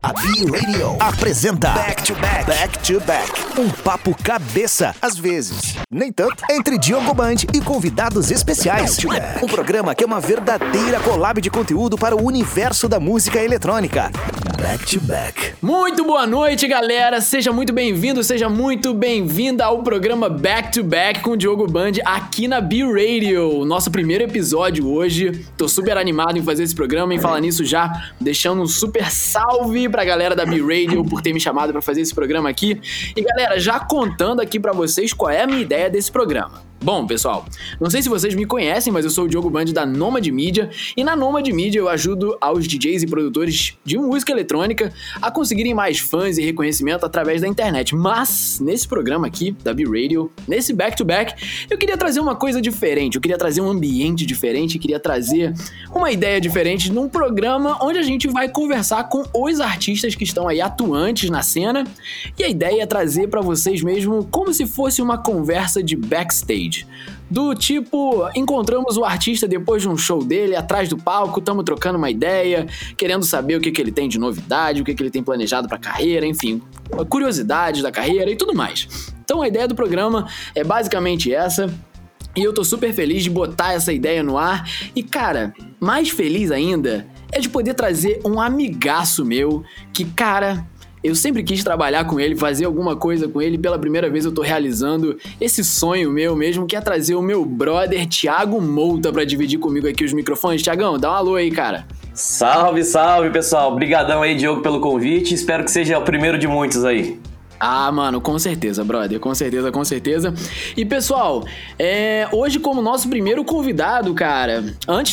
A B-Radio apresenta Back to Back. Back to Back. Um papo cabeça, às vezes. Nem tanto. Entre Diogo Band e convidados especiais. Back to Back. Um programa que é uma verdadeira collab de conteúdo para o universo da música eletrônica. Back to Back. Muito boa noite, galera. Seja muito bem-vindo, seja muito bem-vinda ao programa Back to Back com o Diogo Band aqui na B-Radio. Nosso primeiro episódio hoje. Tô super animado em fazer esse programa, em falar nisso já, deixando um super salve pra galera da B-Radio por ter me chamado pra fazer esse programa aqui. E galera, já contando aqui pra vocês qual é a minha ideia desse programa. Bom, pessoal, não sei se vocês me conhecem, mas eu sou o Diogo Band da Nomad Media, e na Nomad Media eu ajudo aos DJs e produtores de música eletrônica a conseguirem mais fãs e reconhecimento através da internet. Mas, nesse programa aqui, da B-Radio, nesse back-to-back, eu queria trazer uma coisa diferente, eu queria trazer um ambiente diferente, eu queria trazer uma ideia diferente num programa onde a gente vai conversar com os artistas que estão aí atuantes na cena, e a ideia é trazer pra vocês mesmo como se fosse uma conversa de backstage. Do tipo, encontramos o artista depois de um show dele, atrás do palco, estamos trocando uma ideia, querendo saber o que ele tem de novidade, o que ele tem planejado pra carreira, enfim, curiosidades da carreira e tudo mais. Então a ideia do programa é basicamente essa, e eu tô super feliz de botar essa ideia no ar, e cara, mais feliz ainda é de poder trazer um amigaço meu, que cara... Eu sempre quis trabalhar com ele, fazer alguma coisa com ele. Pela primeira vez eu tô realizando esse sonho meu mesmo, que é trazer o meu brother Thiago Mouta pra dividir comigo aqui os microfones. Thiagão, dá um alô aí, cara. Salve, salve, pessoal. Obrigadão aí, Diogo, pelo convite. Espero que seja o primeiro de muitos aí. Ah, mano, com certeza, brother, com certeza, com certeza. E, pessoal, hoje como nosso primeiro convidado, cara, antes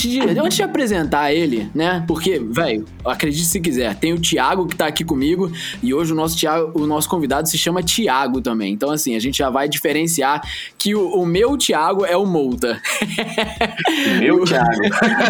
de apresentar ele, né, porque, velho, acredite se quiser, tem o Thiago que tá aqui comigo, e hoje o nosso convidado se chama Thiago também. Então, assim, a gente já vai diferenciar que o meu Thiago é o Mouta. Meu Thiago.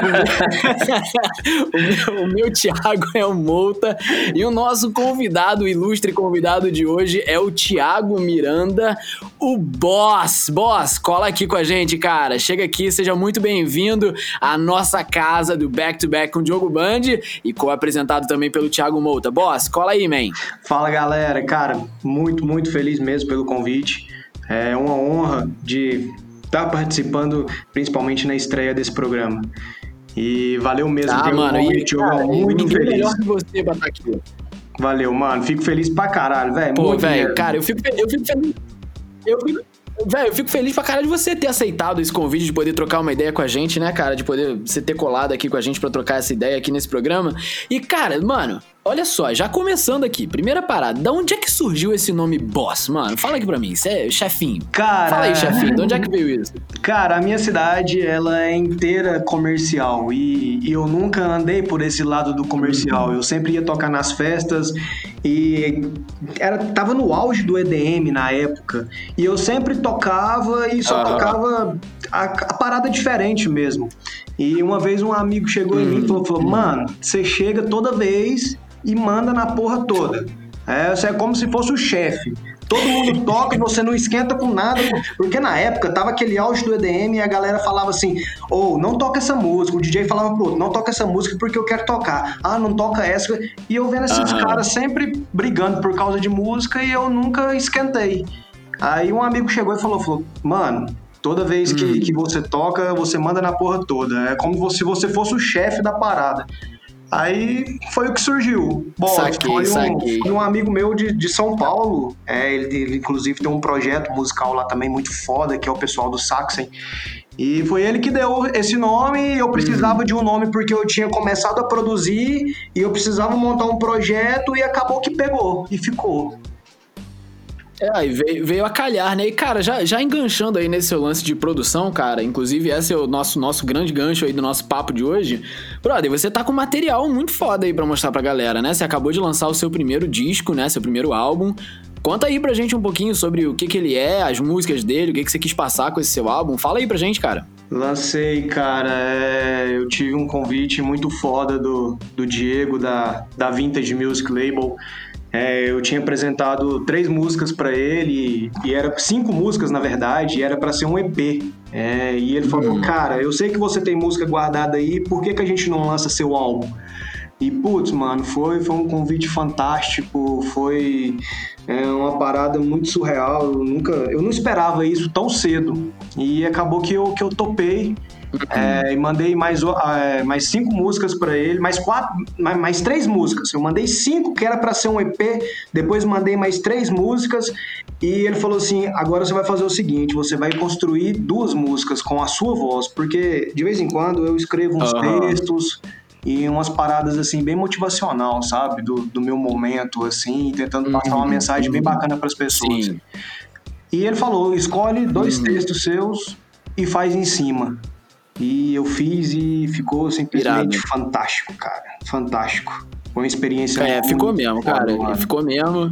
o meu Thiago é o Mouta, e o nosso convidado, o ilustre convidado de hoje é o Thiago Miranda, o Boss. Boss, cola aqui com a gente, cara. Chega aqui, seja muito bem-vindo à nossa casa do Back to Back com o Diogo Band e co-apresentado também pelo Thiago Mouta. Boss, cola aí, man. Fala, galera. Cara, muito, muito feliz mesmo pelo convite. É uma honra de estar participando, principalmente na estreia desse programa. E valeu mesmo pelo convite, Diogo. Muito feliz. Melhor que você pra estar aqui. Valeu, mano. Fico feliz pra caralho, velho. Pô, velho, cara, eu fico feliz. Eu fico feliz pra caralho de você ter aceitado esse convite, de poder trocar uma ideia com a gente, né, cara? De poder você ter colado aqui com a gente pra trocar essa ideia aqui nesse programa. E, cara, mano, olha só, já começando aqui, primeira parada, da onde é que surgiu esse nome Boss, mano? Fala aqui pra mim, você é chefinho. Cara... Fala aí, chefinho, de onde é que veio isso? Cara, a minha cidade, ela é inteira comercial e eu nunca andei por esse lado do comercial. Eu sempre ia tocar nas festas e tava no auge do EDM na época. E eu sempre tocava e só tocava a parada diferente mesmo. E uma vez um amigo chegou em mim e falou, mano, você chega toda vez e manda na porra toda. Você é como se fosse o chefe. Todo mundo toca e você não esquenta com nada. Porque na época tava aquele auge do EDM e a galera falava assim, não toca essa música. O DJ falava pro outro, não toca essa música porque eu quero tocar. Não toca essa. E eu vendo esses caras sempre brigando por causa de música e eu nunca esquentei. Aí um amigo chegou e falou, mano, toda vez que você toca, você manda na porra toda. É como se você fosse o chefe da parada. Aí foi o que surgiu. Bom, foi um amigo meu de São Paulo. Ele inclusive tem um projeto musical lá também muito foda, que é o pessoal do Saxen. E foi ele que deu esse nome. Eu precisava de um nome porque eu tinha começado a produzir e eu precisava montar um projeto e acabou que pegou e ficou. E veio a calhar, né? E, cara, já enganchando aí nesse seu lance de produção, cara, inclusive esse é o nosso grande gancho aí do nosso papo de hoje. Brother, você tá com material muito foda aí pra mostrar pra galera, né? Você acabou de lançar o seu primeiro disco, né? Seu primeiro álbum. Conta aí pra gente um pouquinho sobre o que ele é, as músicas dele, o que você quis passar com esse seu álbum. Fala aí pra gente, cara. Lancei, cara, eu tive um convite muito foda do Diego, da Vintage Music Label. Eu tinha apresentado 3 músicas pra ele, e era 5 músicas, na verdade, e era pra ser um EP. E ele falou, cara, eu sei que você tem música guardada aí, por que a gente não lança seu álbum? E, putz, mano, foi um convite fantástico, foi uma parada muito surreal. Eu não esperava isso tão cedo. E acabou que eu topei. E mandei mais 5 músicas pra ele, mais 3 músicas. Eu mandei 5, que era pra ser um EP, depois mandei mais 3 músicas, e ele falou assim: agora você vai fazer o seguinte, você vai construir 2 músicas com a sua voz, porque de vez em quando eu escrevo uns textos e umas paradas assim bem motivacional, sabe, do meu momento, assim, tentando passar uma mensagem bem bacana pras pessoas. Sim. E ele falou: escolhe 2 textos seus e faz em cima. E eu fiz e ficou simplesmente fantástico, cara. Fantástico. Foi uma experiência... Ficou mesmo, cara. Ficou mesmo.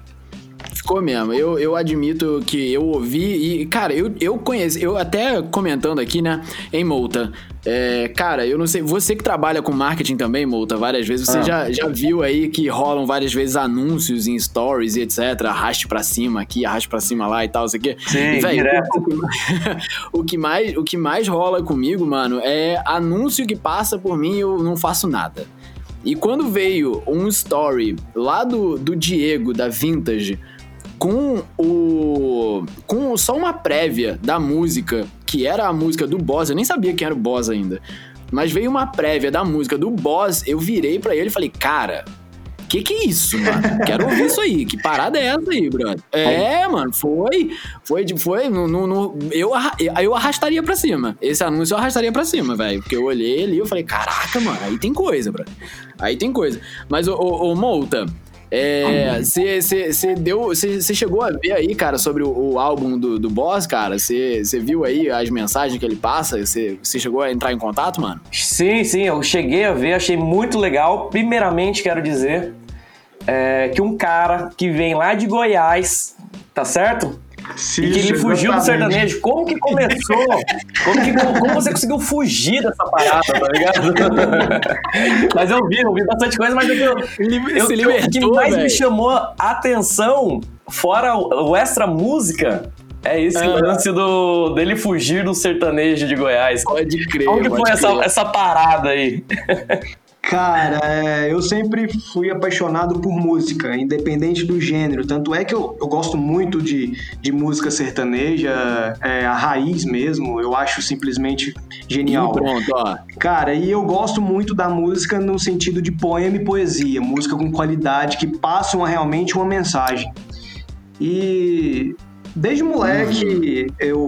Eu admito que eu ouvi e, cara, eu conheço, eu até comentando aqui, né, em Mouta, cara, eu não sei, você que trabalha com marketing também, Mouta, várias vezes, você já viu aí que rolam várias vezes anúncios em stories e etc, arraste pra cima aqui, arraste pra cima lá e tal, isso aqui. Sim, e, véio, direto. o que mais rola comigo, mano, é anúncio que passa por mim e eu não faço nada. E quando veio um story lá do Diego, da Vintage, com só uma prévia da música, que era a música do Boss, eu nem sabia quem era o Boss ainda, mas veio uma prévia da música do Boss, eu virei pra ele e falei, cara, que é isso, mano? Quero ouvir isso aí, que parada é essa aí, brother? Mano, eu arrastaria pra cima, esse anúncio eu arrastaria pra cima, velho, porque eu olhei ali e falei, caraca, mano, aí tem coisa, brother, aí tem coisa, mas ô Mouta, você chegou a ver aí, cara, sobre o álbum do Boss, cara? Você viu aí as mensagens que ele passa? Você chegou a entrar em contato, mano? Sim, eu cheguei a ver, achei muito legal. Primeiramente, quero dizer que um cara que vem lá de Goiás, tá certo? Sim, e que ele fugiu do sertanejo. Como que começou? Como você conseguiu fugir dessa parada, tá ligado? Mas eu vi bastante coisa, mas o que mais me chamou a atenção, fora o extra música, é esse lance dele fugir do sertanejo de Goiás. Pode crer. Como que foi essa parada aí? Cara, eu sempre fui apaixonado por música, independente do gênero. Tanto é que eu gosto muito de música sertaneja, a raiz mesmo. Eu acho simplesmente genial. E pronto, ó. Cara, e eu gosto muito da música no sentido de poema e poesia. Música com qualidade, que passam realmente uma mensagem. E desde moleque,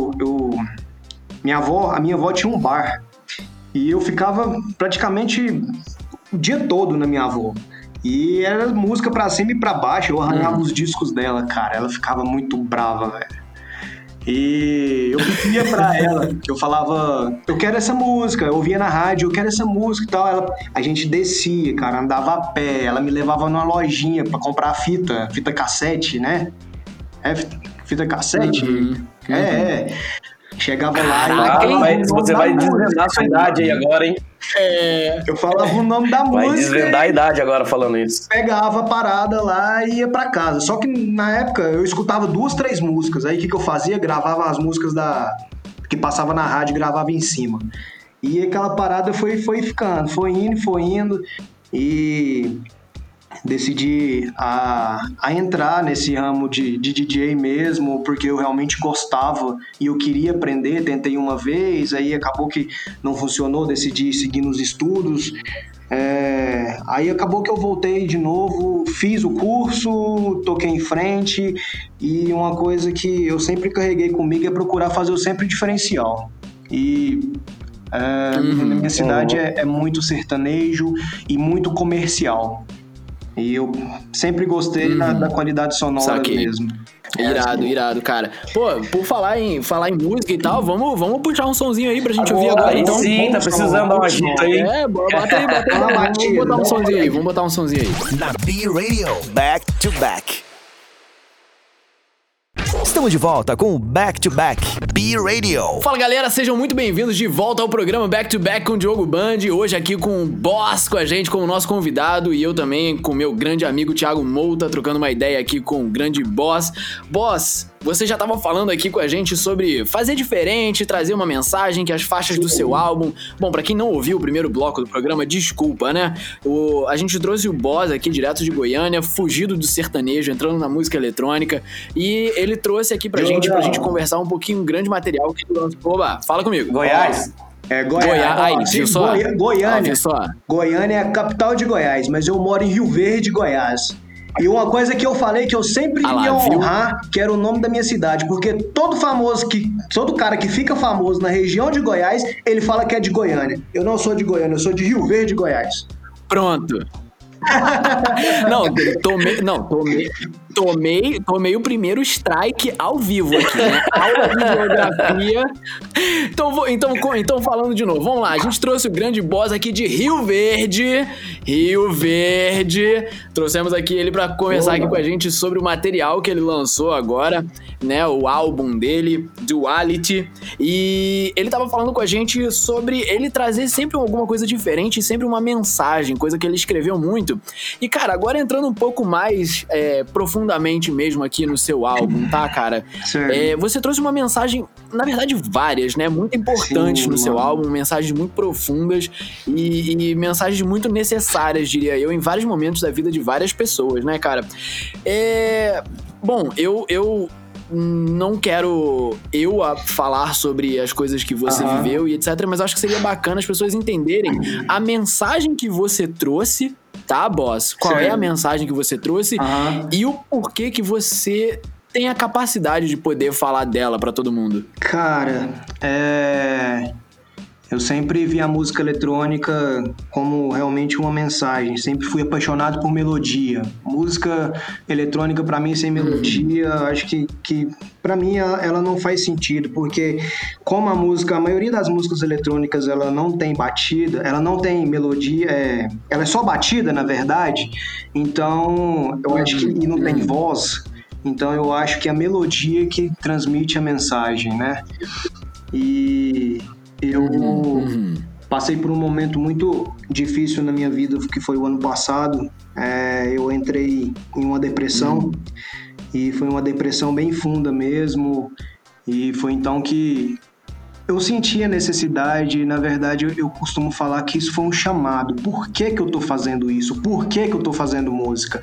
a minha avó tinha um bar. E eu ficava praticamente o dia todo na minha avó. E era música pra cima e pra baixo, eu arranhava os discos dela, cara. Ela ficava muito brava, velho. E eu pedia pra ela, eu falava, eu quero essa música, eu ouvia na rádio, eu quero essa música e tal. A gente descia, cara, andava a pé, ela me levava numa lojinha pra comprar fita cassete, né? Fita cassete? Chegava lá e... você vai desvendar a sua idade aí agora, hein? Eu falava o nome da música. Vai desvendar a idade agora falando isso. Pegava a parada lá e ia pra casa. Só que na época eu escutava 2, 3 músicas. Aí o que eu fazia? Gravava as músicas que passava na rádio, gravava em cima. E aquela parada foi ficando, foi indo. E decidi a entrar nesse ramo de DJ mesmo, porque eu realmente gostava e eu queria aprender. Tentei uma vez, aí acabou que não funcionou, decidi seguir nos estudos. Aí acabou que eu voltei de novo, fiz o curso, toquei em frente, e uma coisa que eu sempre carreguei comigo é procurar fazer o sempre diferencial. E na minha cidade é muito sertanejo e muito comercial. E eu sempre gostei da qualidade sonora mesmo. Irado, cara. Pô, por falar em música e tal, vamos puxar um sonzinho aí pra gente ouvir agora. Então, sim, tá precisando dar uma agita aí. Bota aí. Vamos botar um sonzinho aí. Na B-Radio, Back to Back. Estamos de volta com o Back to Back B-Radio. Fala, galera, sejam muito bem-vindos de volta ao programa Back to Back com o Diogo Band. Hoje aqui com o Boss com a gente, com o nosso convidado, e eu também com o meu grande amigo Thiago Mouta, trocando uma ideia aqui com o grande Boss. Boss, você já tava falando aqui com a gente sobre fazer diferente, trazer uma mensagem, que as faixas do seu álbum... Bom, pra quem não ouviu o primeiro bloco do programa, desculpa, né? A gente trouxe o Boss aqui, direto de Goiânia, fugido do sertanejo, entrando na música eletrônica, e ele trouxe aqui pra gente conversar um pouquinho, um grande material que ele lançou. Oba, fala comigo. Goiás? Goiânia é a capital de Goiás, mas eu moro em Rio Verde, Goiás. E uma coisa que eu falei que eu sempre ia honrar, que era o nome da minha cidade, porque todo cara que fica famoso na região de Goiás, ele fala que é de Goiânia. Eu não sou de Goiânia, eu sou de Rio Verde, Goiás. Pronto. Tomei o primeiro strike ao vivo aqui, né? Aula de geografia. Então, falando de novo, vamos lá. A gente trouxe o grande Boss aqui de Rio Verde. Trouxemos aqui ele pra conversar aqui com a gente sobre o material que ele lançou agora, né? O álbum dele, Duality. E ele tava falando com a gente sobre ele trazer sempre alguma coisa diferente, sempre uma mensagem, coisa que ele escreveu muito. E, cara, agora entrando um pouco mais profundamente mesmo aqui no seu álbum, tá, cara? Você trouxe uma mensagem, na verdade, várias, né? Muito importantes no seu álbum, mensagens muito profundas e mensagens muito necessárias, diria eu, em vários momentos da vida de várias pessoas, né, cara? Bom, eu não quero falar sobre as coisas que você viveu e etc, mas acho que seria bacana as pessoas entenderem a mensagem que você trouxe, tá, Boss? Qual é a mensagem que você trouxe e o porquê que você tem a capacidade de poder falar dela pra todo mundo? Cara, eu sempre vi a música eletrônica como realmente uma mensagem. Sempre fui apaixonado por melodia. Música eletrônica, pra mim, sem melodia, acho que pra mim, ela não faz sentido. Porque como a maioria das músicas eletrônicas, ela não tem batida, ela não tem melodia, ela é só batida, na verdade. Então, eu acho que e não tem voz. Então, eu acho que a melodia que transmite a mensagem, né? E... eu passei por um momento muito difícil na minha vida, que foi o ano passado. Eu entrei em uma depressão, e foi uma depressão bem funda mesmo, e foi então que eu senti a necessidade. Na verdade, eu costumo falar que isso foi um chamado. Por que que eu tô fazendo isso? Por que que eu tô fazendo música?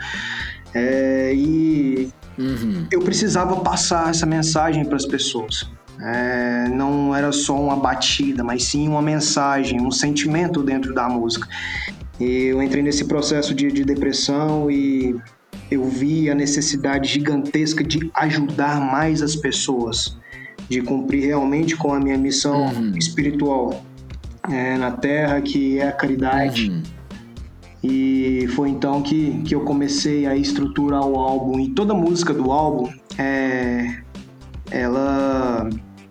Eu precisava passar essa mensagem para as pessoas. Não era só uma batida, mas sim uma mensagem, um sentimento dentro da música. E eu entrei nesse processo de depressão e eu vi a necessidade gigantesca de ajudar mais as pessoas, de cumprir realmente com a minha missão espiritual na Terra, que é a caridade. E foi então que eu comecei a estruturar o álbum. E toda música do álbum, ela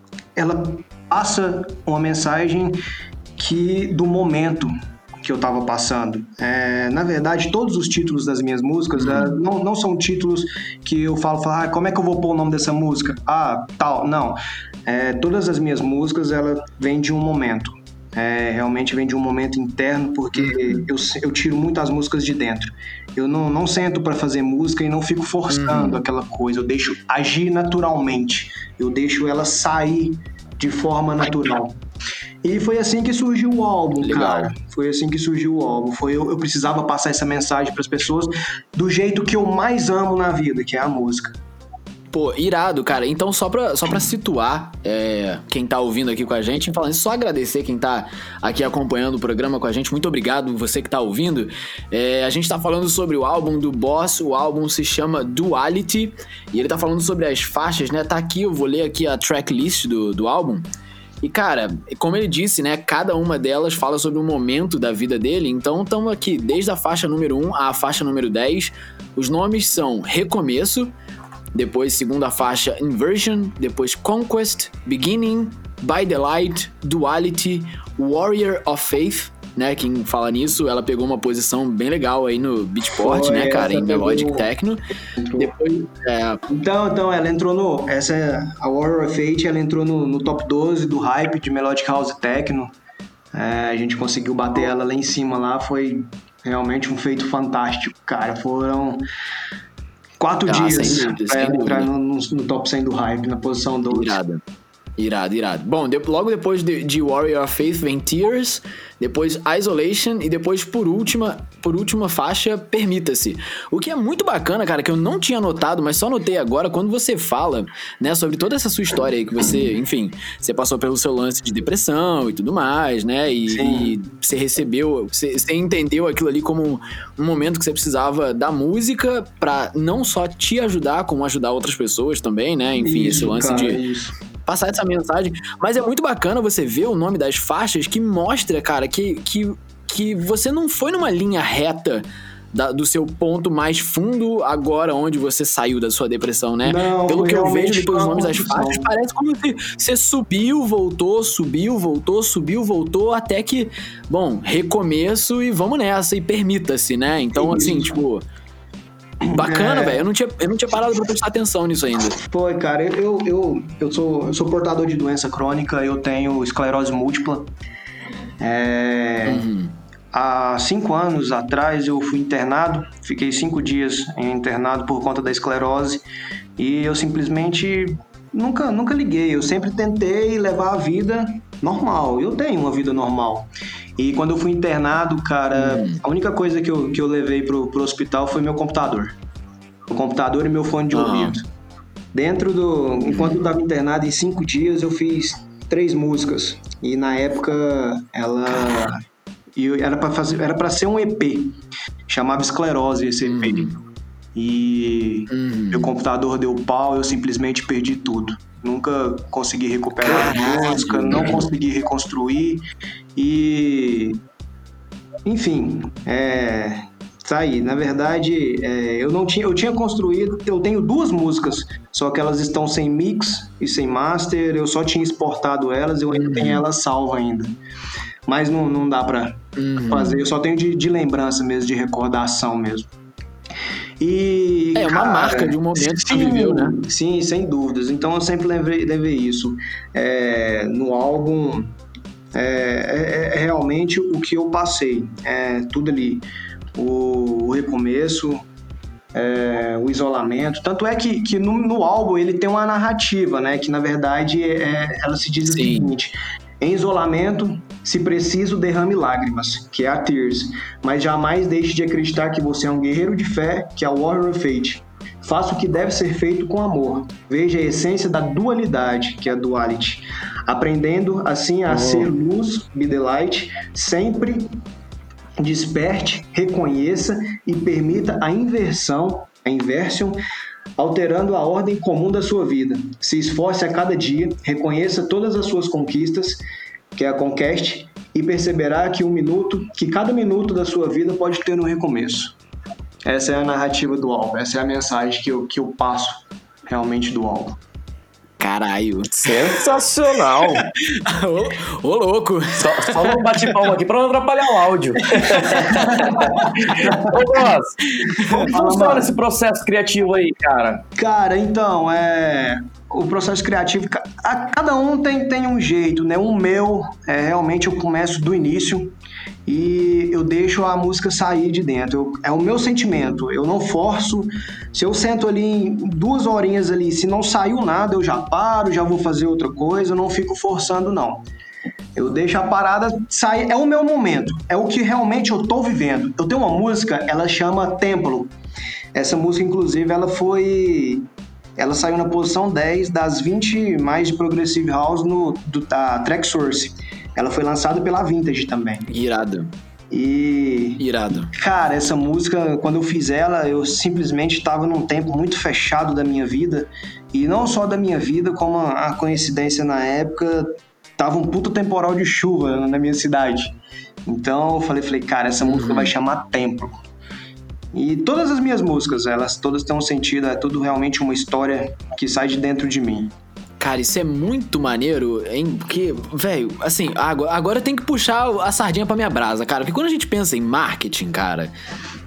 passa uma mensagem do momento que eu tava passando. Na verdade, todos os títulos das minhas músicas não são títulos que eu falo, como é que eu vou pôr o nome dessa música? Tal, não. Todas as minhas músicas, ela vem de um momento. Realmente vem de um momento interno, porque eu tiro muitas músicas de dentro. Eu não sento pra fazer música e não fico forçando aquela coisa. Eu deixo agir naturalmente. Eu deixo ela sair de forma natural. E foi assim que surgiu o álbum, cara. Foi assim que surgiu o álbum. Eu precisava passar essa mensagem pras pessoas do jeito que eu mais amo na vida, que é a música. Pô, irado, cara. Então, só pra situar quem tá ouvindo aqui com a gente, falando só agradecer quem tá aqui acompanhando o programa com a gente. Muito obrigado, você que tá ouvindo. A gente tá falando sobre o álbum do Boss. O álbum se chama Duality. E ele tá falando sobre as faixas, né? Tá aqui, eu vou ler aqui a tracklist do álbum. E, cara, como ele disse, né? Cada uma delas fala sobre um momento da vida dele. Então, estamos aqui desde a faixa número 1 à faixa número 10. Os nomes são Recomeço, depois segunda faixa Inversion, depois Conquest, Beginning, By the Light, Duality, Warrior of Faith, né? Quem fala nisso, ela pegou uma posição bem legal aí no Beatport, né, cara? Em Melodic Techno. Depois, Então, ela entrou a Warrior of Faith, ela entrou no top 12 do Hype de Melodic House Techno. A gente conseguiu bater ela lá em cima lá, foi realmente um feito fantástico, cara. 4 dias sem pra entrar dúvida. no top 100 do hype, na posição 12. Irado. Bom, logo depois de Warrior of Faith vem Tears, depois Isolation e depois, por última faixa, Permita-se. O que é muito bacana, cara, que eu não tinha notado, mas só notei agora, quando você fala, né, sobre toda essa sua história aí, que você, enfim, você passou pelo seu lance de depressão e tudo mais, né, e você recebeu, você entendeu aquilo ali como um momento que você precisava da música pra não só te ajudar, como ajudar outras pessoas também, né, enfim, esse lance de passar essa mensagem, mas é muito bacana você ver o nome das faixas que mostra, cara, que você não foi numa linha reta do seu ponto mais fundo agora onde você saiu da sua depressão, né? Não, pelo que eu vejo depois dos nomes das construção. faixas, parece como se você subiu, voltou, até que, bom, recomeço e vamos nessa, e permita-se, né? Então, assim, tipo... Bacana, velho. Eu não tinha parado pra prestar atenção nisso ainda. Pô, cara, eu sou portador de doença crônica, eu tenho esclerose múltipla. Há 5 anos atrás eu fui internado, fiquei 5 dias internado por conta da esclerose e eu simplesmente nunca liguei. Eu sempre tentei levar a vida normal. Eu tenho uma vida normal. E quando eu fui internado, cara, a única coisa que eu levei pro hospital foi meu computador. O computador e meu fone de ouvido. Enquanto eu tava internado, em 5 dias, eu fiz 3 músicas. E na época, era pra ser um EP. Chamava Esclerose esse EP. E meu computador deu pau, eu simplesmente perdi tudo. Nunca consegui recuperar a música, não consegui reconstruir e... Enfim, tá aí. Na verdade, eu tinha construído, eu tenho 2 músicas, só que elas estão sem mix e sem master, eu só tinha exportado elas, eu ainda tenho elas salvas ainda. Mas não dá pra fazer, eu só tenho de lembrança mesmo, de recordação mesmo. E, uma marca de um momento que você viveu, né? Sim, sem dúvidas. Então eu sempre levei isso. No álbum, realmente o que eu passei. Tudo ali. O recomeço, o isolamento. Tanto é que no álbum ele tem uma narrativa, né? Que na verdade ela se diz o seguinte: em isolamento, se preciso, derrame lágrimas, que é a Tears, mas jamais deixe de acreditar que você é um guerreiro de fé, que é o Warrior of Fate. Faça o que deve ser feito com amor. Veja a essência da dualidade, que é a duality. Aprendendo assim a ser luz, be the light, sempre desperte, reconheça e permita a inversion, alterando a ordem comum da sua vida. Se esforce a cada dia, reconheça todas as suas conquistas, que é a Conquest, e perceberá que cada minuto da sua vida pode ter um recomeço. Essa é a narrativa do álbum, essa é a mensagem que eu passo realmente do álbum. Caralho. Sensacional. Ô, louco. Só não bate palma aqui pra não atrapalhar o áudio. Ô, Ross, como funciona esse processo criativo aí, cara? Cara, então, o processo criativo, cada um tem um jeito, né? O meu, realmente eu começo do início e eu deixo a música sair de dentro. É o meu sentimento, eu não forço. Se eu sento ali em 2 horinhas ali, se não saiu nada, eu já paro, já vou fazer outra coisa, eu não fico forçando, não. Eu deixo a parada sair, é o meu momento, é o que realmente eu tô vivendo. Eu tenho uma música, ela chama Templo. Essa música, inclusive, ela saiu na posição 10 das 20 mais de Progressive House da Track Source. Ela foi lançada pela Vintage também. Irado. Cara, essa música, quando eu fiz ela, eu simplesmente estava num tempo muito fechado da minha vida. E não só da minha vida, como a coincidência na época, tava um puto temporal de chuva na minha cidade. Então eu falei, cara, essa música vai chamar Templo. E todas as minhas músicas, elas todas têm um sentido, é tudo realmente uma história que sai de dentro de mim. Cara, isso é muito maneiro, hein? Porque, velho, assim, agora tem que puxar a sardinha pra minha brasa, cara. Porque quando a gente pensa em marketing, cara,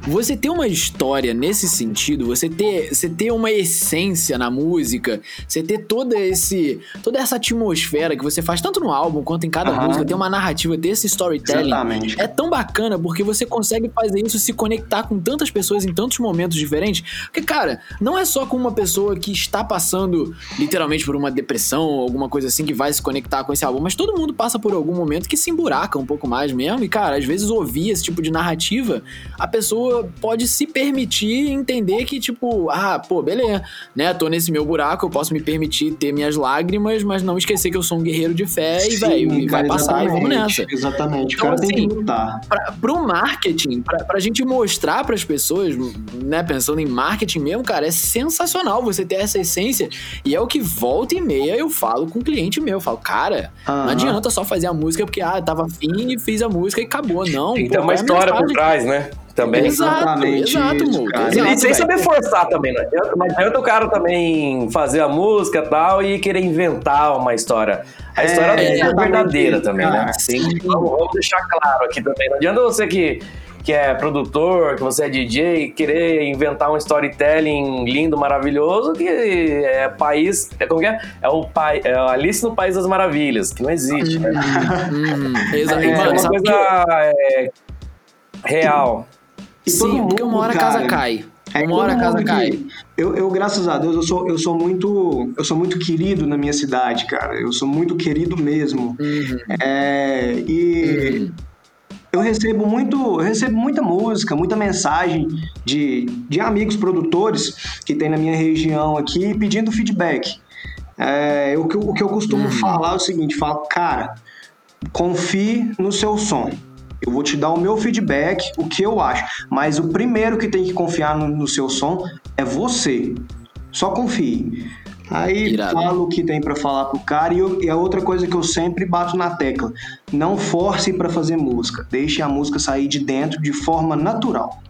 você ter uma história nesse sentido, você ter uma essência na música, você ter toda essa atmosfera que você faz tanto no álbum quanto em cada música, ter uma narrativa, ter esse storytelling. Exatamente. É tão bacana porque você consegue fazer isso, se conectar com tantas pessoas em tantos momentos diferentes. Porque, cara, não é só com uma pessoa que está passando literalmente por uma depressão ou alguma coisa assim que vai se conectar com esse álbum, mas todo mundo passa por algum momento que se emburaca um pouco mais mesmo. E, cara, às vezes ouvir esse tipo de narrativa, a pessoa pode se permitir entender que, tipo, beleza, né? Tô nesse meu buraco, eu posso me permitir ter minhas lágrimas, mas não esquecer que eu sou um guerreiro de fé e, velho, vai passar e vamos nessa. Exatamente, então, o cara assim, tem que lutar. Pro marketing, pra gente mostrar pras pessoas, né, pensando em marketing mesmo, cara, é sensacional você ter essa essência. E é o que volta e meia eu falo com o cliente meu. Eu falo, cara, não adianta só fazer a música porque, tava afim e fiz a música e acabou. Não, tem que ter uma história por trás, né? Também. Exato, E sem saber forçar também, né? Não adianta o cara também fazer a música e tal e querer inventar uma história. A história é verdadeira também, né? Sim. Vamos deixar claro aqui também. Não adianta você que é produtor, que você é DJ, querer inventar um storytelling lindo, maravilhoso, que é país... Como que é? É Alice no País das Maravilhas, que não existe, né? Exato. É uma coisa real. E sim, porque uma hora a casa cai. Uma hora a casa cai. Eu, graças a Deus, eu sou muito querido na minha cidade, cara. Eu sou muito querido mesmo. Eu recebo muita música, muita mensagem de amigos produtores que tem na minha região aqui pedindo feedback. O que eu costumo falar é o seguinte, cara, confie no seu som. Eu vou te dar o meu feedback, o que eu acho. Mas o primeiro que tem que confiar no seu som é você. Só confie. Aí falo o que tem pra falar pro cara. E a outra coisa que eu sempre bato na tecla: não force pra fazer música. Deixe a música sair de dentro de forma natural.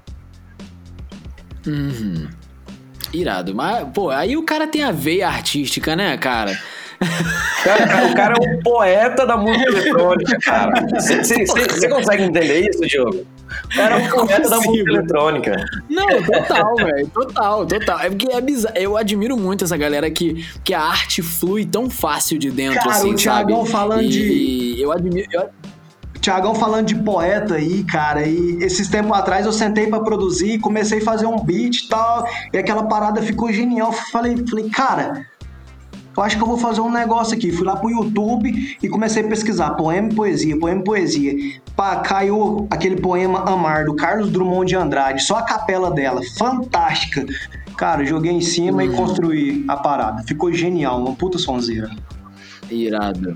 Irado. Mas, pô, aí o cara tem a veia artística, né, cara? O cara é um poeta da música eletrônica, cara. Você consegue entender isso, Diogo? O cara é um poeta da música eletrônica. Não, total, velho. Total. É porque é bizarro. Eu admiro muito essa galera que a arte flui tão fácil de dentro, cara, assim, o Thiagão sabe? falando Eu admiro... Thiagão falando de poeta aí, cara, e esses tempos atrás eu sentei pra produzir, comecei a fazer um beat e tal, e aquela parada ficou genial. Falei, cara, eu acho que eu vou fazer um negócio aqui. Fui lá pro YouTube e comecei a pesquisar poema e poesia. Pá, caiu aquele poema Amar, do Carlos Drummond de Andrade, só a capela dela, fantástica. Cara, joguei em cima e construí a parada. Ficou genial, uma puta sonzeira. Irado.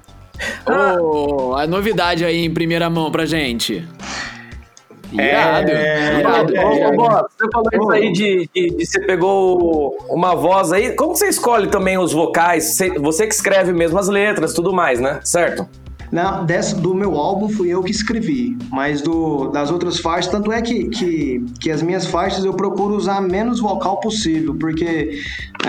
A novidade aí em primeira mão pra gente. Irado. Você falou isso aí de você pegou uma voz aí. Como você escolhe também os vocais? Você que escreve mesmo as letras e tudo mais, né? Certo? Não, do meu álbum fui eu que escrevi, mas das outras faixas, tanto é que as minhas faixas eu procuro usar menos vocal possível, porque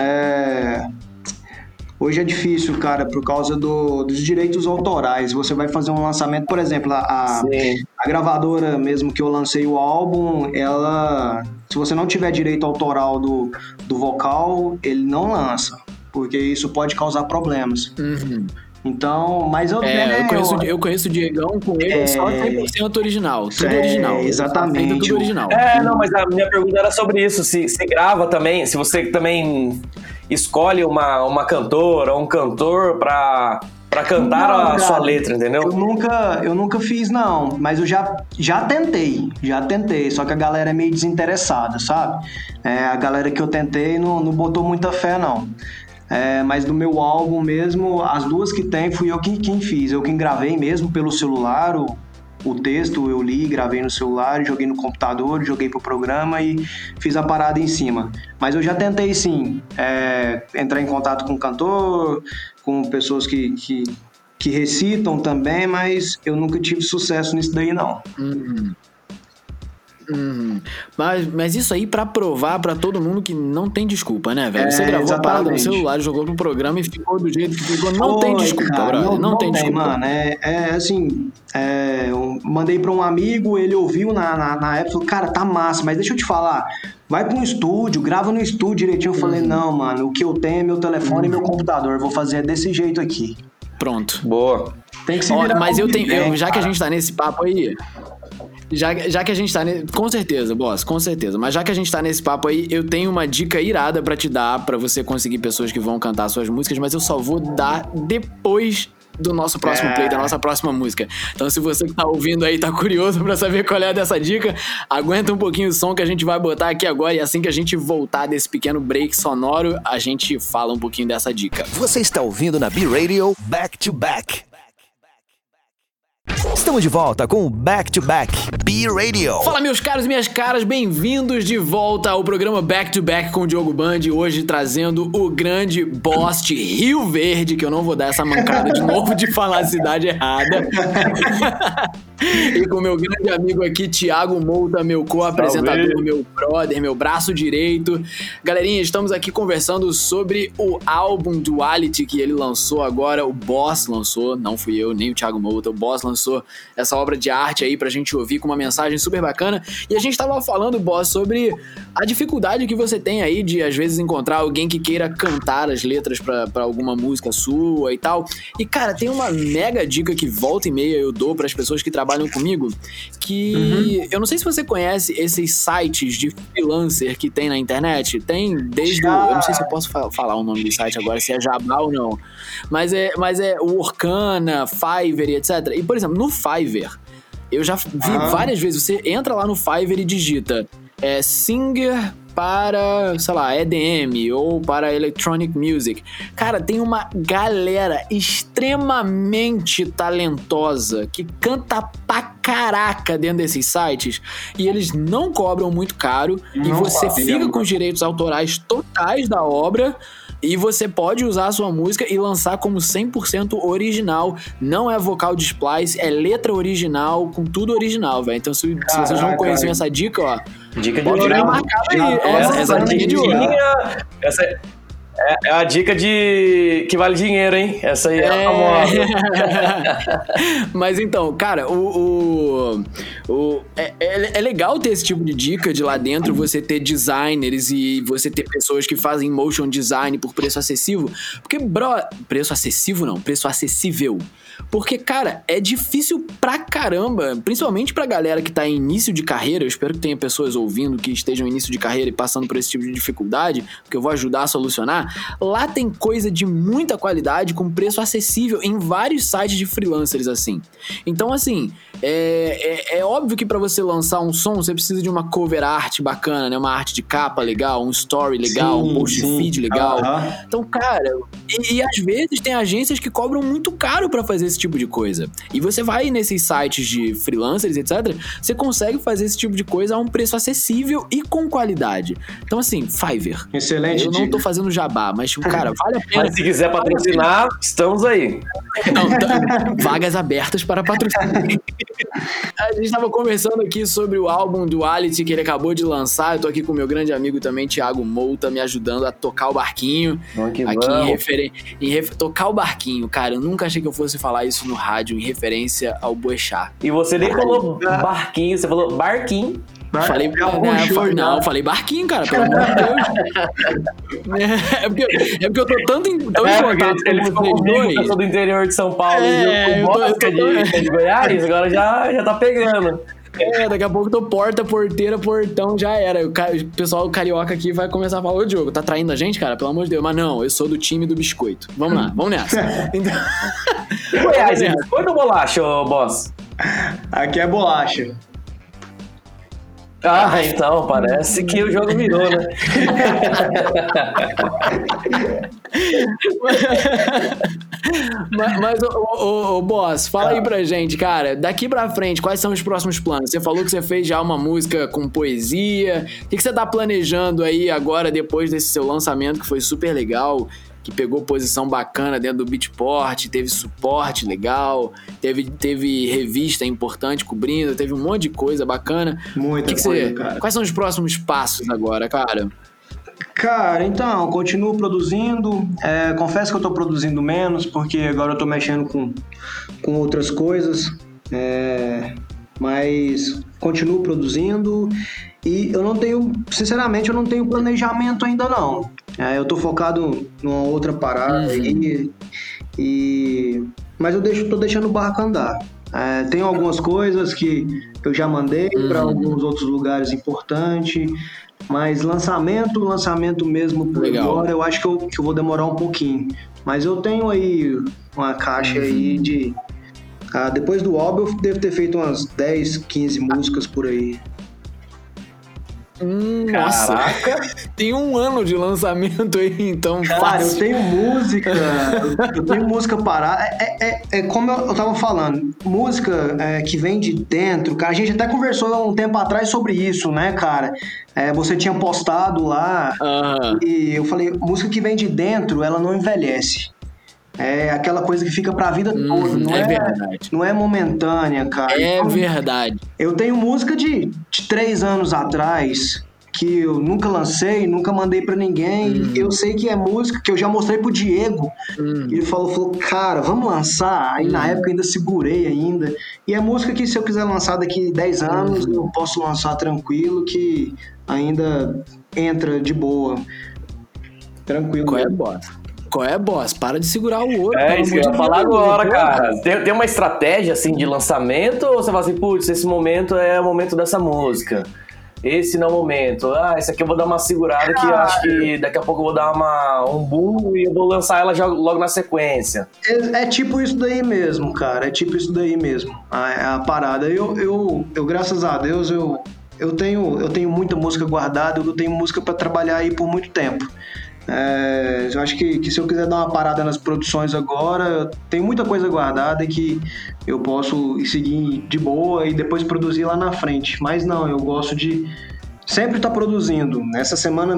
hoje é difícil, cara, por causa dos direitos autorais. Você vai fazer um lançamento, por exemplo, a gravadora mesmo que eu lancei o álbum, ela, se você não tiver direito autoral do vocal, ele não lança, porque isso pode causar problemas. Então, mas eu conheço o Diegão com ele só 100% original. Tudo original. Exatamente. Tudo original. Não, mas a minha pergunta era sobre isso. Se grava também, se você também escolhe uma cantora ou um cantor pra cantar a sua letra, entendeu? Eu nunca fiz, não, mas eu já tentei, só que a galera é meio desinteressada, sabe? A galera que eu tentei não botou muita fé, não. Mas do meu álbum mesmo, as duas que tem, fui eu quem fiz. Eu quem gravei mesmo pelo celular, o texto eu li, gravei no celular, joguei no computador, joguei pro programa e fiz a parada em cima. Mas eu já tentei, sim, entrar em contato com o cantor, com pessoas que recitam também, mas eu nunca tive sucesso nisso daí, não. Mas isso aí pra provar pra todo mundo que não tem desculpa, né, velho? Você gravou a parada no celular, jogou no programa e ficou do jeito que ficou. Não tem desculpa, cara, brother. Não tem desculpa. Mano, assim, eu mandei pra um amigo, ele ouviu na época e falou, cara, tá massa, mas deixa eu te falar, vai pra um estúdio, grava no estúdio direitinho. Eu falei, não, mano, o que eu tenho é meu telefone e meu computador, vou fazer desse jeito aqui. Pronto. Boa. Tem que se virar. Mas já que a gente tá nesse papo aí... Já que a gente tá... Com certeza, boss, com certeza. Mas já que a gente tá nesse papo aí, eu tenho uma dica irada pra te dar, pra você conseguir pessoas que vão cantar suas músicas, mas eu só vou dar depois do nosso próximo play, da nossa próxima música. Então, se você que tá ouvindo aí tá curioso pra saber qual é dessa dica, aguenta um pouquinho o som que a gente vai botar aqui agora, e assim que a gente voltar desse pequeno break sonoro, a gente fala um pouquinho dessa dica. Você está ouvindo na B-Radio Back to Back. Estamos de volta com o Back to Back B-Radio. Fala, meus caros e minhas caras, bem-vindos de volta ao programa Back to Back com o Diogo Band, hoje trazendo o grande boss de Rio Verde, que eu não vou dar essa mancada de novo de falar a cidade errada. E com o meu grande amigo aqui, Thiago Mouta, meu co-apresentador, meu brother, meu braço direito. Galerinha, estamos aqui conversando sobre o álbum Duality que ele lançou agora, o Boss lançou, não fui eu, nem o Thiago Mouta, o Boss lançou essa obra de arte aí pra gente ouvir com uma mensagem super bacana. E a gente tava falando, Boss, sobre a dificuldade que você tem aí de, às vezes, encontrar alguém que queira cantar as letras pra alguma música sua e tal. E, cara, tem uma mega dica que volta e meia eu dou pras pessoas que trabalham comigo, que eu não sei se você conhece esses sites de freelancer que tem na internet. Tem desde... Eu não sei se eu posso falar o nome do site agora, se é Jabá ou não. Mas é o Orkana, Fiverr, etc. E, por exemplo, no Fiverr, eu já vi várias vezes, você entra lá no Fiverr e digita singer para, sei lá, EDM ou para Electronic Music. Cara, tem uma galera extremamente talentosa que canta pra caraca dentro desses sites e eles não cobram muito caro e você fica com os direitos autorais totais da obra. E você pode usar a sua música e lançar como 100% original. Não é vocal de splice, é letra original, com tudo original, velho. Então, se vocês não conheciam essa dica, ó... Dica de ouro. Essa dica de ouro. Essa é a dica que vale dinheiro, hein? Essa aí é a famosa. Mas então, cara, é legal ter esse tipo de dica de lá dentro, você ter designers e você ter pessoas que fazem motion design por preço acessível. Porque, preço acessível não, preço acessível. Porque, cara, é difícil pra caramba, principalmente pra galera que tá em início de carreira. Eu espero que tenha pessoas ouvindo que estejam em início de carreira e passando por esse tipo de dificuldade, porque eu vou ajudar a solucionar. Lá tem coisa de muita qualidade com preço acessível em vários sites de freelancers, assim. Então, assim, é óbvio que pra você lançar um som, você precisa de uma cover art bacana, né? Uma arte de capa legal, um story legal, um post feed legal. Então, cara, e às vezes tem agências que cobram muito caro pra fazer esse tipo de coisa. E você vai nesses sites de freelancers, etc., você consegue fazer esse tipo de coisa a um preço acessível e com qualidade. Então, assim, Fiverr. Excelente. Eu não tô fazendo jabá, mas, tipo, cara, vale a pena. Mas se quiser patrocinar, estamos aí. Não, vagas abertas para patrocinar. A gente tava conversando aqui sobre o álbum Duality que ele acabou de lançar. Eu tô aqui com o meu grande amigo também, Thiago Mouta, me ajudando a tocar o barquinho. Aqui tocar o barquinho, cara. Eu nunca achei que eu fosse falar isso no rádio em referência ao Boechat. E você nem falou barquinho, você falou barquinho. Falei barquinho, cara, pelo amor de Deus. É porque eu tô tão em contato ele ficou comigo, eu sou do interior de São Paulo, eu tô de Goiás, agora já tá pegando. Daqui a pouco eu tô porta, porteira, portão, já era. O pessoal carioca aqui vai começar a falar, ô Diogo, tá traindo a gente, cara? Pelo amor de Deus. Mas não, eu sou do time do biscoito. Vamos lá, vamos nessa. Então... Goiás, é biscoito ou bolacha, boss? Aqui é bolacha. Ah, então, parece que o jogo virou, né? Mas ô, Boss, fala aí pra gente, cara, daqui pra frente, quais são os próximos planos? Você falou que você fez já uma música com poesia. O que você tá planejando aí agora, depois desse seu lançamento, que foi super legal, que pegou posição bacana dentro do Beatport, teve suporte legal, teve revista importante cobrindo, teve um monte de coisa bacana. Muita coisa, cara. Quais são os próximos passos agora, cara? Cara, então, continuo produzindo. Confesso que eu tô produzindo menos, porque agora eu tô mexendo com outras coisas. Mas continuo produzindo e eu não tenho, sinceramente, eu não tenho planejamento ainda não. Eu tô focado numa outra parada aí, mas tô deixando o barco andar. Tem algumas coisas que eu já mandei para alguns outros lugares importantes, mas lançamento mesmo por agora, eu acho que eu vou demorar um pouquinho. Mas eu tenho aí uma caixa aí de... depois do álbum eu devo ter feito umas 10, 15 músicas por aí. Nossa, tem um ano de lançamento aí, então. Cara, eu tenho música parada. Como eu tava falando, música que vem de dentro, cara. A gente até conversou há um tempo atrás sobre isso, né, cara? Você tinha postado lá e eu falei, música que vem de dentro, ela não envelhece. É aquela coisa que fica pra vida toda, não é momentânea, cara. Verdade. Eu tenho música de 3 anos atrás que eu nunca lancei, nunca mandei pra ninguém. Eu sei que é música que eu já mostrei pro Diego. Ele falou, cara, vamos lançar? Aí na época eu ainda segurei ainda. E é música que se eu quiser lançar daqui 10 anos, eu posso lançar tranquilo, que ainda entra de boa. Tranquilo. Qual é, boss? Para de segurar o ouro. Isso que eu ia falar agora, cara. Tem uma estratégia, assim, de lançamento? Ou você fala assim, putz, esse momento é o momento dessa música? Esse não é o momento. Esse aqui eu vou dar uma segurada, que eu acho que daqui a pouco eu vou dar um boom e eu vou lançar ela já logo na sequência. É tipo isso daí mesmo, cara. É tipo isso daí mesmo. A parada. Eu graças a Deus, eu tenho muita música guardada, eu tenho música pra trabalhar aí por muito tempo. Eu acho que se eu quiser dar uma parada nas produções agora, tem muita coisa guardada que eu posso seguir de boa e depois produzir lá na frente. Mas não, eu gosto de sempre estar produzindo. Essa semana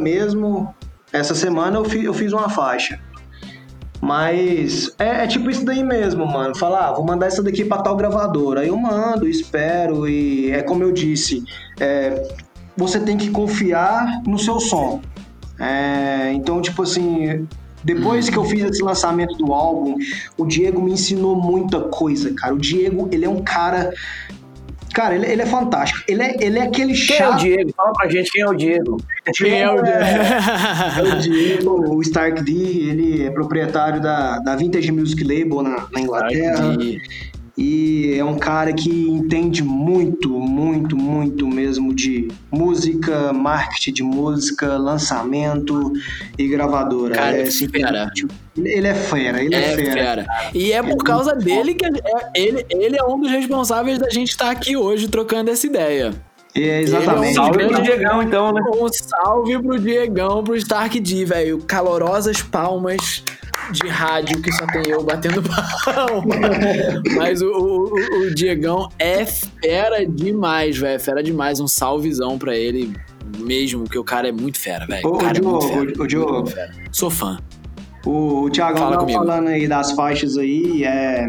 eu fiz uma faixa. Mas é tipo isso daí mesmo, mano. Falar, vou mandar essa daqui pra tal gravadora. Aí eu mando, espero e é como eu disse, você tem que confiar no seu som. Então, tipo assim, depois que eu fiz esse lançamento do álbum, o Diego me ensinou muita coisa, cara. O Diego, ele é um cara... Cara, ele é fantástico. Ele é aquele chato... Quem é o Diego? Fala pra gente quem é o Diego. Quem é o Diego? É o Diego, o Stark D, ele é proprietário da Vintage Music Label na Inglaterra. E é um cara que entende muito, muito, muito mesmo de música, marketing de música, lançamento e gravadora. Cara, fera. Ele é fera. E é por causa dele que ele é um dos responsáveis da gente estar aqui hoje trocando essa ideia. Exatamente. Salve pro Diegão, então, né? Um salve pro Diegão, pro Stark D, velho. Calorosas palmas de rádio que só tem eu batendo palma. Mas o Diegão é fera demais, velho. Fera demais. Um salvezão pra ele mesmo, que o cara é muito fera, velho. O Diogo. Sou fã. O Thiagão tava falando aí das faixas aí.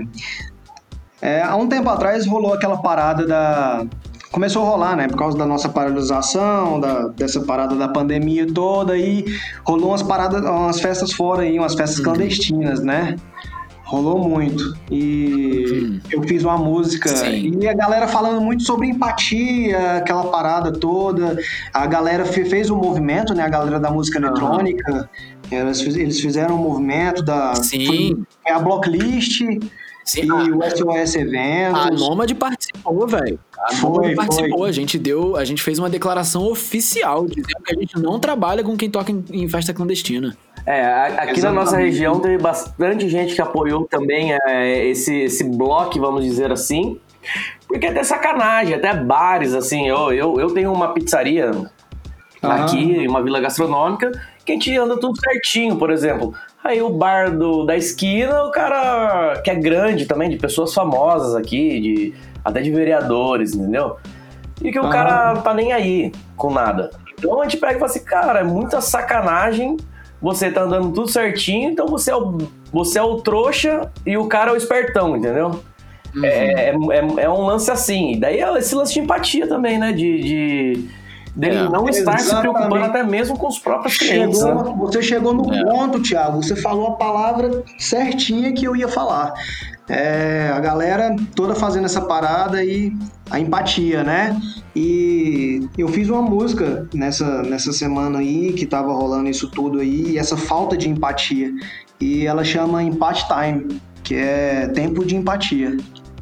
Há um tempo atrás rolou aquela parada começou a rolar, né? Por causa da nossa paralisação, dessa parada da pandemia toda, e rolou umas festas fora aí, umas festas clandestinas, né? Rolou muito. E eu fiz uma música. Sim. E a galera falando muito sobre empatia, aquela parada toda. A galera fez um movimento, né? A galera da música eletrônica. Eles fizeram um movimento Sim. A Blocklist. Sim, e o SOS Eventos. A Nômade participou, velho. Participou. A gente fez uma declaração oficial dizendo que a gente não trabalha com quem toca em festa clandestina. Aqui na nossa região teve bastante gente que apoiou também esse bloco, vamos dizer assim. Porque é até sacanagem, até bares, assim. Eu tenho uma pizzaria aqui, uma vila gastronômica, que a gente anda tudo certinho, por exemplo. Aí o bar da esquina, o cara que é grande também, de pessoas famosas aqui, até de vereadores, entendeu? E que o cara não tá nem aí com nada. Então a gente pega e fala assim, cara, é muita sacanagem, você tá andando tudo certinho, então você é o trouxa e o cara é o espertão, entendeu? É um lance assim. Daí é esse lance de empatia também, né? Dele não estar se preocupando até mesmo com os próprios clientes. Né? Você chegou no ponto, Thiago. Você falou a palavra certinha que eu ia falar. A galera toda fazendo essa parada e a empatia, né? E eu fiz uma música nessa semana aí, que tava rolando isso tudo aí, e essa falta de empatia. E ela chama Empathy Time, que é tempo de empatia.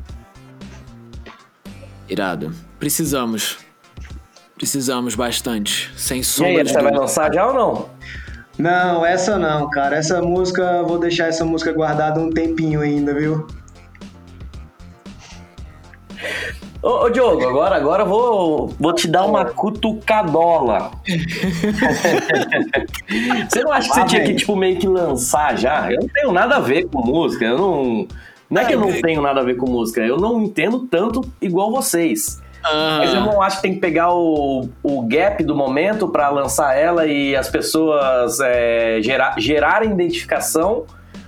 Irado. Precisamos bastante, sem sombra. E aí, você vai lançar já ou não? Não, essa não, cara. Essa música, vou deixar essa música guardada um tempinho ainda, viu? Ô Diogo, agora vou te dar uma cutucadola. Você não acha que você tinha que, tipo, meio que lançar já? Eu não tenho nada a ver com música, Não é que eu não tenho nada a ver com música, eu não entendo tanto igual vocês. Mas eu não acho que tem que pegar o gap do momento pra lançar ela e as pessoas gerarem identificação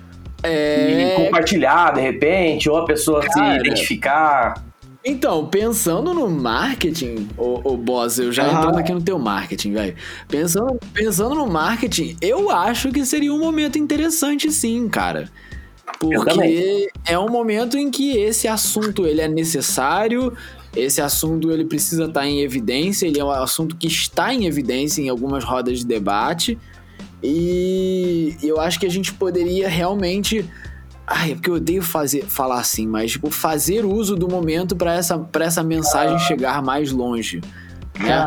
e compartilhar de repente, ou a pessoa se identificar. Então, pensando no marketing, ô boss, eu já entrando aqui no teu marketing, velho. Pensando no marketing, eu acho que seria um momento interessante sim, cara. Porque é um momento em que esse assunto ele é necessário, esse assunto ele precisa estar em evidência, ele é um assunto que está em evidência em algumas rodas de debate, e eu acho que a gente poderia realmente... é porque eu odeio falar assim, mas tipo, fazer uso do momento para essa mensagem chegar mais longe. Né?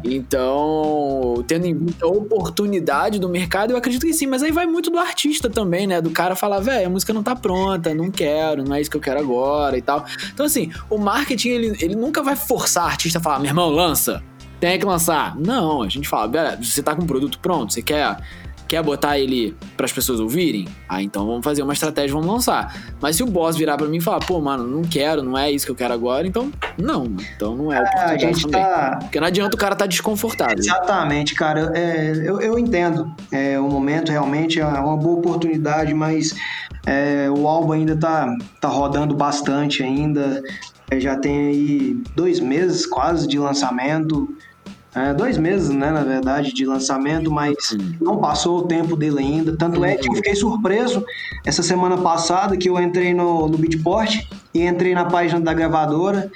Então, tendo em vista a oportunidade do mercado, eu acredito que sim, mas aí vai muito do artista também, né? Do cara falar, velho, a música não tá pronta, não quero, não é isso que eu quero agora e tal. Então, assim, o marketing, ele nunca vai forçar o artista a falar, meu irmão, lança, tem que lançar. Não, a gente fala, beleza, você tá com o produto pronto, você quer botar ele para as pessoas ouvirem? Então vamos fazer uma estratégia, vamos lançar. Mas se o boss virar para mim e falar, pô, mano, não quero, não é isso que eu quero agora, então não é oportunidade também. Porque não adianta o cara tá desconfortável. Exatamente, cara. Eu entendo. O momento realmente é uma boa oportunidade, mas o álbum ainda tá rodando bastante ainda. Já tem aí 2 meses quase de lançamento. 2 meses, né, na verdade, de lançamento, mas não passou o tempo dele ainda. Tanto é que eu fiquei surpreso essa semana passada que eu entrei no Beatport e entrei na página da gravadora.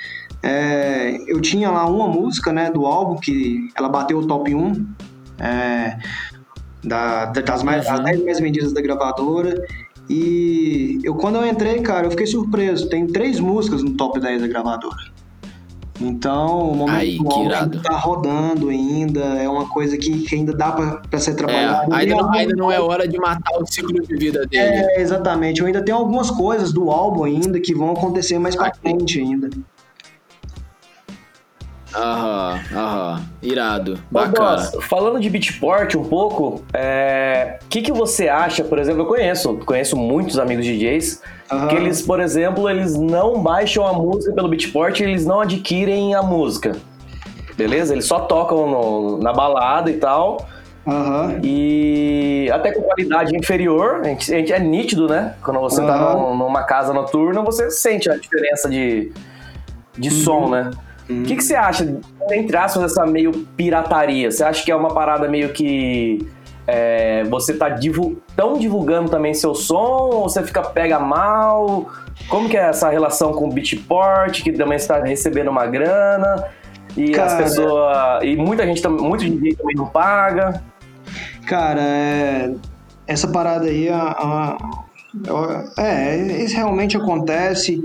Eu tinha lá uma música, né, do álbum, que ela bateu o top 1 das 10 mais vendidas da gravadora. E quando eu entrei, cara, eu fiquei surpreso. Tem 3 músicas no top 10 da gravadora. Então, o momento do álbum tá rodando ainda, é uma coisa que ainda dá pra ser trabalhada. Ainda não é hora de matar o ciclo de vida dele. Exatamente. Eu ainda tenho algumas coisas do álbum ainda que vão acontecer mais pra frente ainda. Irado, bacana. Boss, falando de Beatport um pouco, que você acha, por exemplo, eu conheço muitos amigos DJs, que eles, por exemplo, eles não baixam a música pelo Beatport, eles não adquirem a música, beleza? Eles só tocam na balada e tal, e até com qualidade inferior, a gente é nítido, né? Quando você tá numa casa noturna, você sente a diferença de som, né? O que você acha, entre aspas, dessa meio pirataria? Você acha que é uma parada meio que você tá tão divulgando também seu som, ou você pega mal? Como que é essa relação com o Beatport, que também está recebendo uma grana, e as pessoas... E muita gente, muito DJ também não paga? Cara, essa parada aí, isso realmente acontece.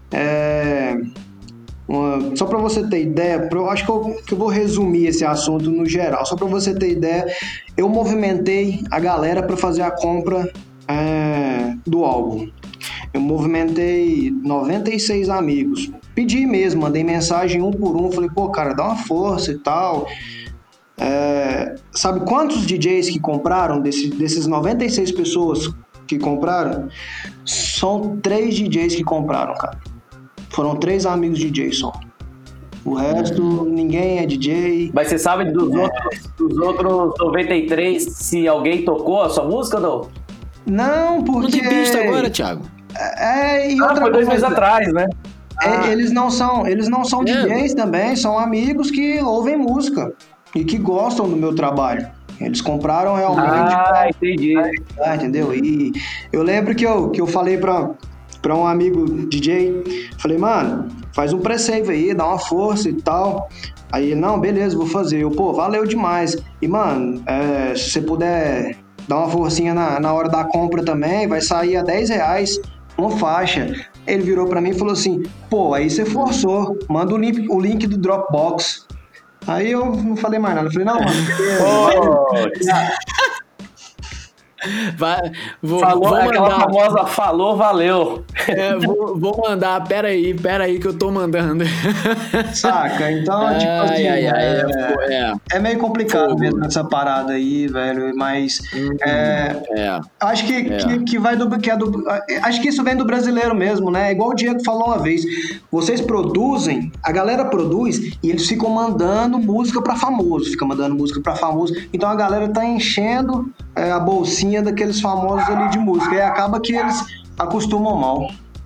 Só para você ter ideia, eu acho que eu vou resumir esse assunto no geral. Só para você ter ideia, eu movimentei a galera para fazer a compra do álbum. Eu movimentei 96 amigos. Pedi mesmo, mandei mensagem um por um. Falei, pô, cara, dá uma força e tal. Sabe quantos DJs que compraram, desses 96 pessoas que compraram? São 3 DJs que compraram, cara. Foram 3 amigos DJs só. O resto, ninguém é DJ. Mas você sabe dos outros 93 se alguém tocou a sua música ou não? Não, porque... Não tem pista agora, Thiago. E outra foi 2 meses atrás, né? Eles não são DJs também, são amigos que ouvem música e que gostam do meu trabalho. Eles compraram realmente. Entendi. Entendeu? E eu lembro que eu falei pra um amigo DJ, falei, mano, faz um pre-save aí, dá uma força e tal. Aí ele, não, beleza, vou fazer. Eu, valeu demais. E, mano, se você puder dar uma forcinha na hora da compra também, vai sair a R$10 uma faixa. Ele virou pra mim e falou assim, aí você forçou, manda o link do Dropbox. Aí eu não falei mais nada, eu falei, não, mano, vou mandar. Aquela famosa falou, valeu. Vou mandar, pera aí que eu tô mandando. Saca? Então, tipo assim, é meio complicado mesmo essa parada aí, velho, mas acho que vai acho que isso vem do brasileiro mesmo, né? Igual o Diego falou uma vez, vocês produzem, a galera produz e eles ficam mandando música pra famoso, então a galera tá enchendo a bolsinha daqueles famosos ali de música, e acaba que eles acostumam mal.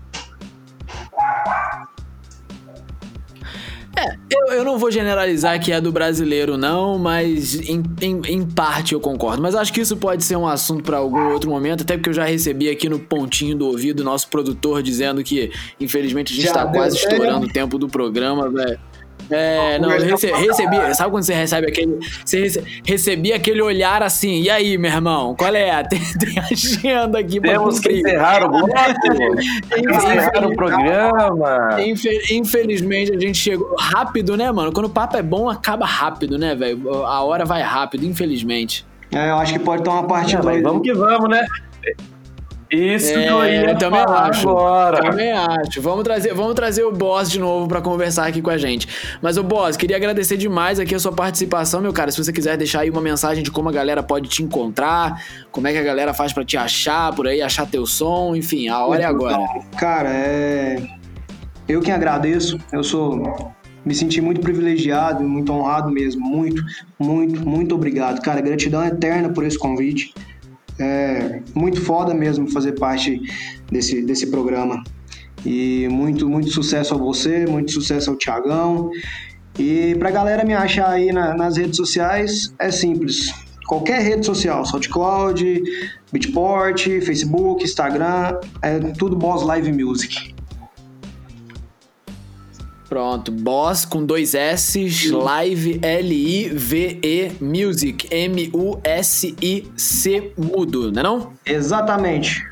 Eu não vou generalizar que é do brasileiro não, mas em parte eu concordo, mas acho que isso pode ser um assunto para algum outro momento, até porque eu já recebi aqui no pontinho do ouvido nosso produtor dizendo que infelizmente a gente tá quase estourando o tempo do programa, velho. Não, eu recebi, sabe quando você recebe recebi aquele olhar assim, e aí, meu irmão, qual é? Tem agenda aqui pra temos que encerrar o bloco, encerrar o programa. Infelizmente a gente chegou rápido, né, mano? Quando o papo é bom, acaba rápido, né, velho? A hora vai rápido, infelizmente. Eu acho que pode ter uma parte 2. Vamos que vamos, né? Isso que eu ia também falar acho, agora. Também acho. Vamos trazer o Boss de novo pra conversar aqui com a gente. Mas, Boss, queria agradecer demais aqui a sua participação, meu cara. Se você quiser deixar aí uma mensagem de como a galera pode te encontrar, como é que a galera faz pra te achar por aí, achar teu som, enfim, a hora é agora. Cara, eu que agradeço. Me senti muito privilegiado e muito honrado mesmo. Muito, muito, muito obrigado. Cara, gratidão eterna por esse convite. Muito foda mesmo fazer parte desse programa. E muito, muito sucesso a você, muito sucesso ao Thiagão. E pra galera me achar aí nas redes sociais, é simples. Qualquer rede social, SoundCloud, Beatport, Facebook, Instagram, é tudo Boss Live Music. Pronto, Boss com 2 S's, Live, L-I-V-E, Music, M-U-S-I-C, mudo, né não? Exatamente.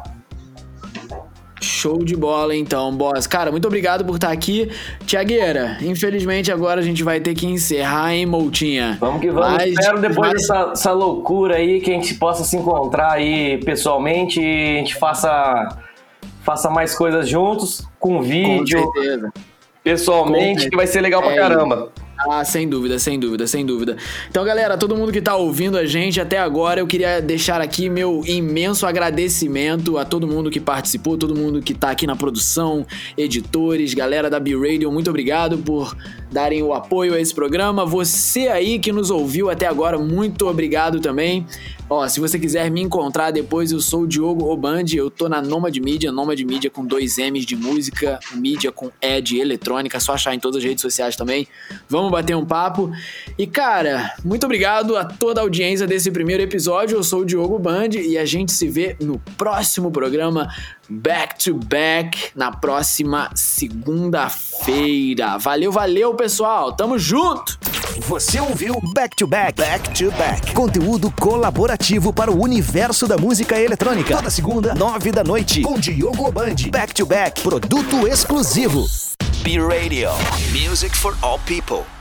Show de bola, então, Boss. Cara, muito obrigado por estar aqui. Tiagueira, infelizmente agora a gente vai ter que encerrar, hein, Moutinha? Vamos que vamos. Espero depois dessa loucura aí que a gente possa se encontrar aí pessoalmente e a gente faça mais coisas juntos, com vídeo. Com certeza. Pessoalmente, que vai ser legal pra caramba. Sem dúvida, sem dúvida, sem dúvida. Então, galera, todo mundo que tá ouvindo a gente até agora, eu queria deixar aqui meu imenso agradecimento a todo mundo que participou, todo mundo que tá aqui na produção, editores, galera da B-Radio, muito obrigado por darem o apoio a esse programa. Você aí que nos ouviu até agora, muito obrigado também. Se você quiser me encontrar depois, eu sou o Diogo Obandi, eu tô na Nomad Media com 2 M's de música, mídia com E de eletrônica, só achar em todas as redes sociais também. Vamos bater um papo. E, cara, muito obrigado a toda a audiência desse primeiro episódio. Eu sou o Diogo Obandi e a gente se vê no próximo programa Back to Back, na próxima segunda-feira. Valeu, pessoal. Tamo junto! Você ouviu Back to Back, Back to Back. Conteúdo colaborativo para o universo da música eletrônica. Toda segunda, 9 da noite, com Diogo Obandi. Back to Back, produto exclusivo. B-Radio, music for all people.